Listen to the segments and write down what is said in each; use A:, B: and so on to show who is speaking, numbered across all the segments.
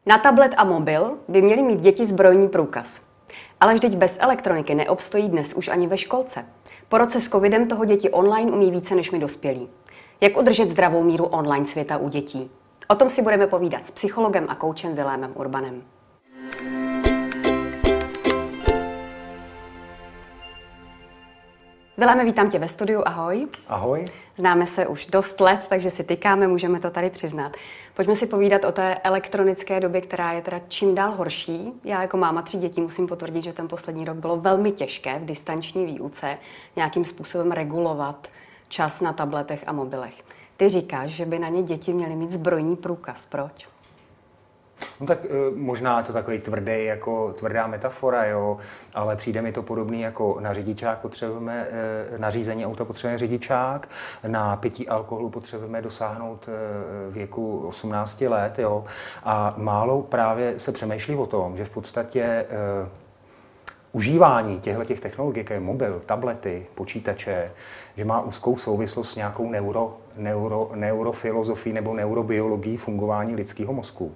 A: Na tablet a mobil by měly mít děti zbrojní průkaz. Ale vždyť bez elektroniky neobstojí dnes už ani ve školce. Po roce s covidem toho děti online umí více než my dospělí. Jak udržet zdravou míru online světa u dětí? O tom si budeme povídat s psychologem a koučem Vilémem Urbanem. Viléme, vítám tě ve studiu, ahoj.
B: Ahoj.
A: Známe se už dost let, takže si tykáme, můžeme to tady přiznat. Pojďme si povídat o té elektronické době, která je teda čím dál horší. Já jako máma 3 dětí musím potvrdit, že ten poslední rok bylo velmi těžké v distanční výuce nějakým způsobem regulovat čas na tabletech a mobilech. Ty říkáš, že by na ně děti měly mít zbrojní průkaz. Proč?
B: No tak možná je to takový tvrdý, jako tvrdá metafora, jo, ale přijde mi to podobný jako na řidičák potřebujeme, na řízení auta potřebujeme řidičák, na pití alkoholu potřebujeme dosáhnout věku 18 let, jo, a málo právě se přemýšlí o tom, že v podstatě užívání těchto technologií, jako je mobil, tablety, počítače, že má úzkou souvislost s nějakou neurofilozofií nebo neurobiologií fungování lidského mozku.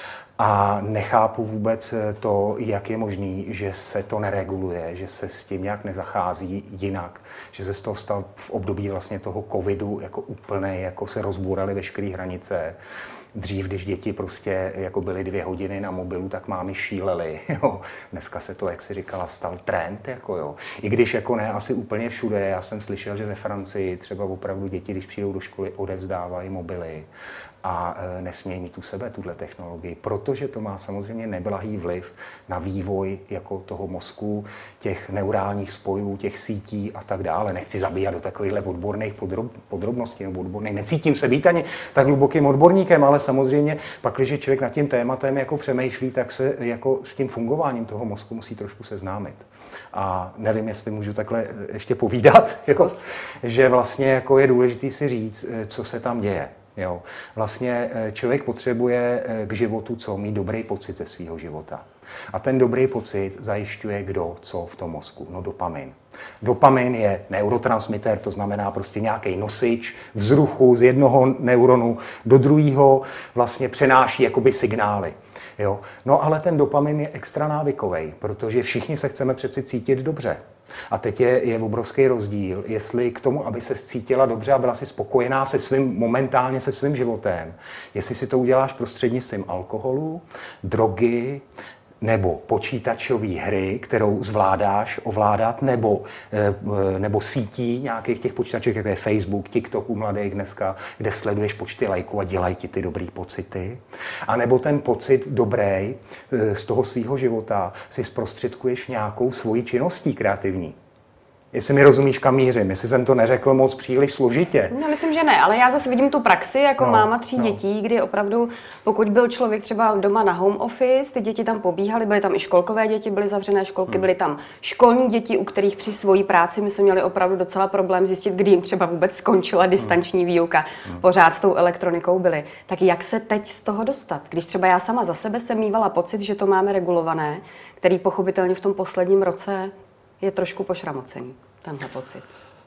B: A nechápu vůbec to, jak je možný, že se to nereguluje, že se s tím nějak nezachází jinak, že se z toho stal v období vlastně toho covidu jako úplnej, jako se rozbouraly veškeré hranice. Dřív, když děti prostě jako byly 2 hodiny na mobilu, tak mámy šílely. Jo. Dneska se to, jak si říkala, stal trend. Jako jo. I když jako ne asi úplně všude. Já jsem slyšel, že ve Francii třeba opravdu děti, když přijdou do školy, odevzdávají mobily a nesmějí mít u sebe tuhle technologii, protože to má samozřejmě neblahý vliv na vývoj jako toho mozku, těch neurálních spojů, těch sítí a tak dále. Nechci zabíhat do takovýchhle odborných podrobností nebo odborných. Necítím se být ani tak hlubokým odborníkem, ale samozřejmě pak, když člověk nad tím tématem jako přemýšlí, tak se jako s tím fungováním toho mozku musí trošku seznámit. A nevím, jestli můžu takhle ještě povídat, jako, že vlastně jako je důležité si říct, co se tam děje. Jo. Vlastně člověk potřebuje k životu mít dobrý pocit ze svého života. A ten dobrý pocit zajišťuje kdo, co v tom mozku? No dopamin. Dopamin je neurotransmitter, to znamená prostě nějaký nosič vzruchu z jednoho neuronu do druhého, vlastně přenáší jakoby signály. Jo. No ale ten dopamin je extra návykový, protože všichni se chceme přeci cítit dobře. A teď je obrovský rozdíl, jestli k tomu, aby se cítila dobře a byla si spokojená momentálně se svým životem, jestli si to uděláš prostřednictvím alkoholu, drogy, nebo počítačové hry, kterou zvládáš ovládat, nebo sítí nějakých těch počítačů, jako je Facebook, TikTok u mladých dneska, kde sleduješ počty lajků a dělají ti ty dobrý pocity. A nebo ten pocit dobrý z toho svého života si zprostředkuješ nějakou svojí činností kreativní. Jestli mi rozumíš, kam mířím, jestli jsem to neřekl moc příliš složitě.
A: No, myslím, že ne, ale já zase vidím tu praxi jako máma 3 dětí, kdy opravdu, pokud byl člověk třeba doma na home office, ty děti tam pobíhaly, byly tam i školkové děti, byly zavřené školky, byly tam školní děti, u kterých při svojí práci my jsme měli opravdu docela problém zjistit, kdy jim třeba vůbec skončila distanční výuka. Pořád s tou elektronikou byly. Tak jak se teď z toho dostat? Když třeba já sama za sebe jsem mívala pocit, že to máme regulované, který pochopitelně v tom posledním roce je trošku pošramocený, tenhle pocit.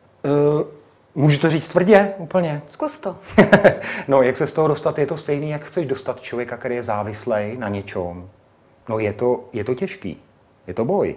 B: Můžu to říct tvrdě úplně?
A: Zkus to.
B: No, jak se z toho dostat, je to stejný, jak chceš dostat člověka, který je závislej na něčom. No, je to těžký. Je to boj.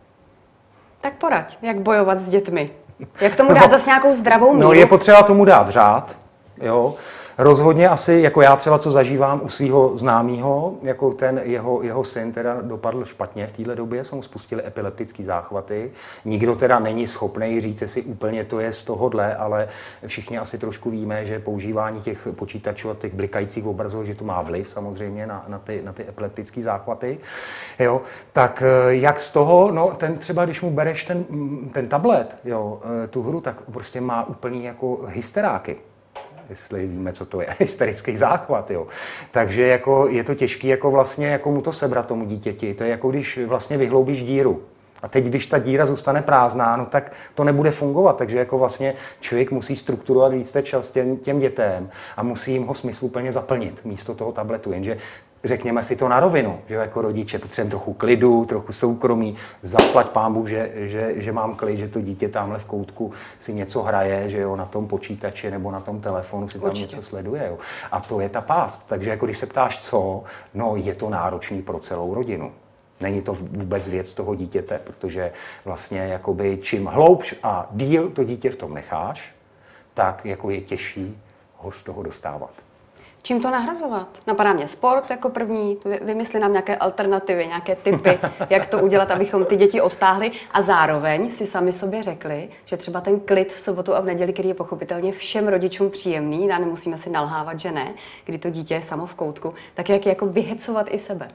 A: Tak poraď, jak bojovat s dětmi. Jak tomu dát zase nějakou zdravou míru?
B: No, je potřeba tomu dát řád, jo. Rozhodně asi, jako já třeba, co zažívám u svého známého, jako ten jeho syn teda dopadl špatně v téhle době, se mu spustili epileptické záchvaty. Nikdo teda není schopný říct, jestli úplně to je z tohohle, ale všichni asi trošku víme, že používání těch počítačů a těch blikajících obrazů, že to má vliv samozřejmě na ty epileptické záchvaty. Jo, tak jak z toho, no ten třeba, když mu bereš ten tablet, jo, tu hru, tak prostě má úplný jako hysteráky. Jestli víme, co to je, hysterický záchvat, jo. Takže jako je to těžké jako vlastně jako mu to sebrat tomu dítěti. To je jako když vlastně vyhloubíš díru A teď, když ta díra zůstane prázdná, no tak to nebude fungovat. Takže jako vlastně člověk musí strukturovat víc ten čas těm dětem a musí jim ho smysluplně zaplnit místo toho tabletu. Jenže řekněme si to na rovinu, že jako rodiče potřebujeme trochu klidu, trochu soukromí, zaplať pánbůh, že mám klid, že to dítě tamhle v koutku si něco hraje, že jo, na tom počítači nebo na tom telefonu si tam něco sleduje. Jo. A to je ta pást. Takže jako když se ptáš co, no je to náročný pro celou rodinu. Není to vůbec věc toho dítěte, protože vlastně jakoby čím hloubš a díl to dítě v tom necháš, tak jako je těžší ho z toho dostávat.
A: Čím to nahrazovat? Napadá mě sport jako první, vymysli nám nějaké alternativy, nějaké tipy, jak to udělat, abychom ty děti odtáhli a zároveň si sami sobě řekli, že třeba ten klid v sobotu a v neděli, který je pochopitelně všem rodičům příjemný, a nemusíme si nalhávat, že ne, kdy to dítě je samo v koutku, tak jak jako vyhecovat i sebe?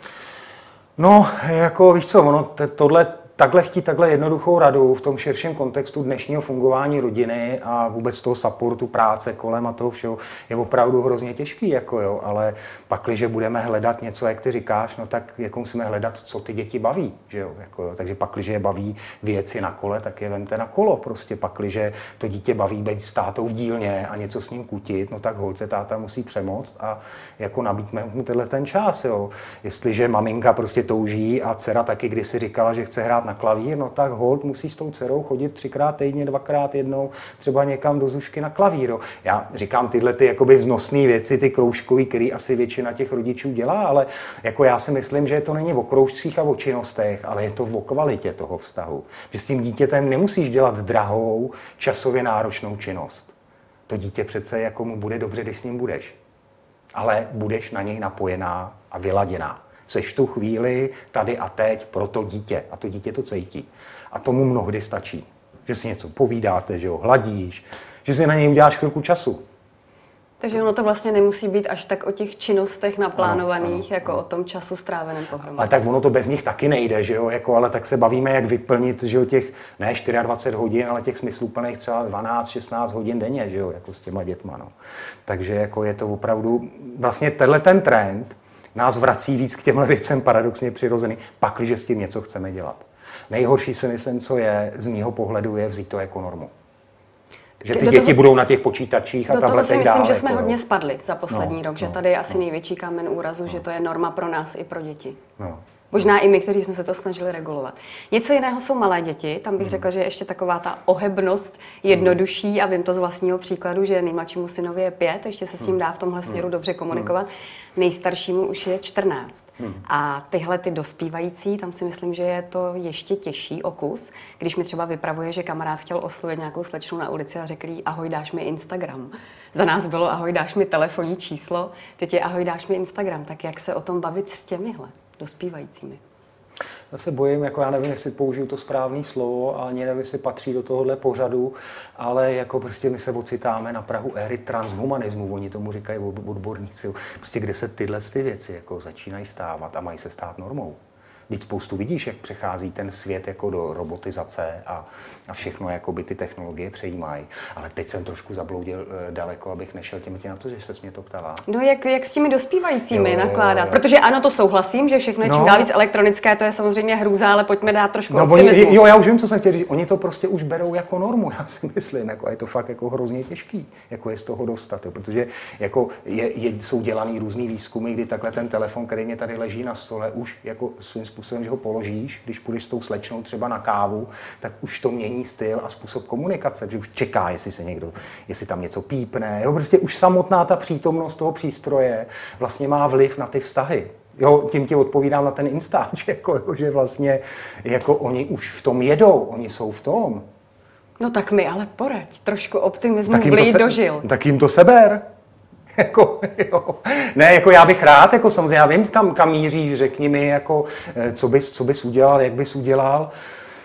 B: No, jako víš co, ono takhle jednoduchou radu v tom širším kontextu dnešního fungování rodiny a vůbec toho supportu, práce kolem a toho všeho je opravdu hrozně těžký, jako jo, ale pakliže budeme hledat něco, jak ty říkáš, no tak jako musíme hledat, co ty děti baví, že jo, jako jo, takže pakliže je baví věci na kole, tak je vemte na kolo, prostě pakliže to dítě baví být s tátou v dílně a něco s ním kutit, no tak holce táta musí přemoct a jako nabídme mu ten čas, jo, jestliže maminka prostě touží a dcera taky kdysi říkala, že chce hrát na klavír, no tak holt musí s tou dcerou chodit 3x týdně, 2x jednou, třeba někam do Zušky na klavír. Jo. Já říkám tyhle ty jakoby vznosné věci, ty kroužkový, který asi většina těch rodičů dělá, ale jako já si myslím, že to není o kroužcích a o činnostech, ale je to o kvalitě toho vztahu. Že s tím dítětem nemusíš dělat drahou, časově náročnou činnost. To dítě přece jako mu bude dobře, když s ním budeš. Ale budeš na něj napojená a vyladěná. Seš tu chvíli tady a teď pro to dítě a to dítě to cítí. A tomu mnohdy stačí, že si něco povídáte, že ho hladíš, že si na něj uděláš chvilku času.
A: Takže ono to vlastně nemusí být až tak o těch činnostech naplánovaných, ano. O tom času stráveném pohromadě.
B: Ale tak ono to bez nich taky nejde, že jo, jako, ale tak se bavíme, jak vyplnit, že jo, těch ne 24 hodin, ale těch smysluplných třeba 12-16 hodin denně, že jo, jako s těma dětma, no. Takže jako je to opravdu, vlastně tenhle ten trend nás vrací víc k těmhle věcem paradoxně přirozený, pakliže s tím něco chceme dělat. Nejhorší si myslím, co je z mýho pohledu, je vzít to jako normu. Že ty děti budou na těch počítačích a tabletech dál.
A: Myslím, že jsme hodně spadli za poslední rok, že tady je asi největší kámen úrazu, že to je norma pro nás i pro děti. Možná i my, kteří jsme se to snažili regulovat. Něco jiného jsou malé děti, tam bych řekla, že je ještě taková ta ohebnost jednodušší a vím to z vlastního příkladu, že nejmladšímu synovi je 5, ještě se s ním dá v tomhle směru dobře komunikovat, nejstaršímu už je 14. A tyhle ty dospívající, tam si myslím, že je to ještě těžší okus, když mi třeba vypravuje, že kamarád chtěl oslovit nějakou slečnu na ulici a řekl jí, ahoj, dáš mi Instagram. Za nás bylo, ahoj, dáš mi telefonní číslo, teď je, ahoj, dáš mi Instagram. Tak jak se o tom bavit s těmihle dospívajícími?
B: Já se bojím, jako já nevím, jestli použiju to správné slovo, a ani nevím, jestli patří do tohohle pořadu, ale jako prostě my se ocitáme na prahu éry transhumanismu, oni tomu říkají odborníci, prostě kde se tyhle věci jako začínají stávat a mají se stát normou. Vždyť spoustu vidíš, jak přechází ten svět jako do robotizace a všechno jakoby ty technologie přejímají. Ale teď jsem trošku zabloudil daleko, abych nešel těm na to, že jsi mě to ptala.
A: No jak s těmi dospívajícími nakládat? Protože ano, to souhlasím, že všechno je čím dál víc elektronické, to je samozřejmě hrůza, ale pojďme dát trošku optimismu.
B: Já už vím, co jsem chtěl říct. Oni to prostě už berou jako normu, já si myslím. Jako je to fakt jako hrozně těžký, jako je z toho dostat. Jo, protože jako jsou dělaný různý výzkumy, kdy takhle ten telefon, který mě tady leží na stole, už jako svým způsobem, že ho položíš, když půjdeš s tou slečnou třeba na kávu, tak už to mění styl a způsob komunikace, že už čeká, jestli tam něco pípne. Jo, prostě už samotná ta přítomnost toho přístroje vlastně má vliv na ty vztahy. Jo, tím ti odpovídám na ten Instač, že vlastně jako oni už v tom jedou, oni jsou v tom.
A: No tak mi ale poraď, trošku optimismu vlít dožil.
B: Tak jim to seber. Jako, jo. Ne, jako já bych rád, jako samozřejmě, já vím, kam míříš, řekni mi, jako, co bys udělal, jak bys udělal.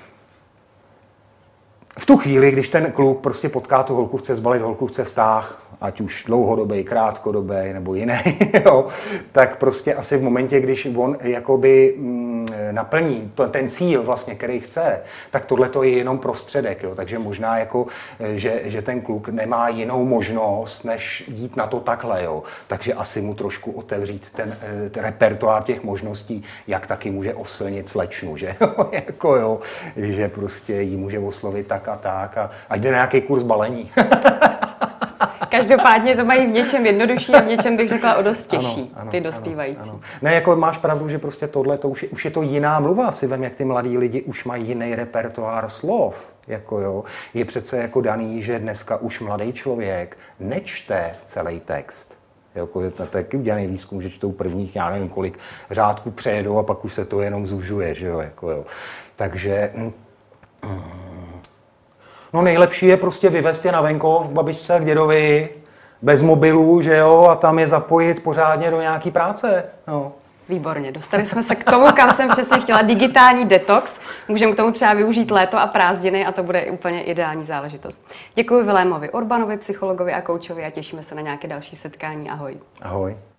B: V tu chvíli, když ten kluk prostě potká tu holku, chce zbalit holku, chce vztah ať už dlouhodobý, krátkodobý nebo jiný, jo, tak prostě asi v momentě, když on jakoby naplní ten cíl vlastně, který chce, tak tohle to je jenom prostředek, jo, takže možná jako, že ten kluk nemá jinou možnost, než jít na to takhle, jo, takže asi mu trošku otevřít ten repertoár těch možností, jak taky může oslnit slečnu, že jako jo, že prostě jí může oslovit tak a jde na nějaký kurz balení.
A: Každopádně to mají v něčem jednodušší a v něčem bych řekla o dost těžší, ty dospívající.
B: Ano. Ne, jako máš pravdu, že prostě tohle, to už je to jiná mluva, si vem, jak ty mladí lidi už mají jiný repertoár slov. Jako jo, je přece jako daný, že dneska už mladý člověk nečte celý text. Jako je to taky udělaný výzkum, že čtou prvních, já nevím kolik řádků přejedou a pak už se to jenom zužuje, že jo, jako jo. Takže no nejlepší je prostě vyvést je na venkov k babičce a k dědovi, bez mobilů, že jo, a tam je zapojit pořádně do nějaký práce, no.
A: Výborně, dostali jsme se k tomu, kam jsem přesně chtěla, digitální detox. Můžeme k tomu třeba využít léto a prázdniny a to bude úplně ideální záležitost. Děkuji Vilémovi Urbanovi, psychologovi a koučovi a těšíme se na nějaké další setkání. Ahoj.
B: Ahoj.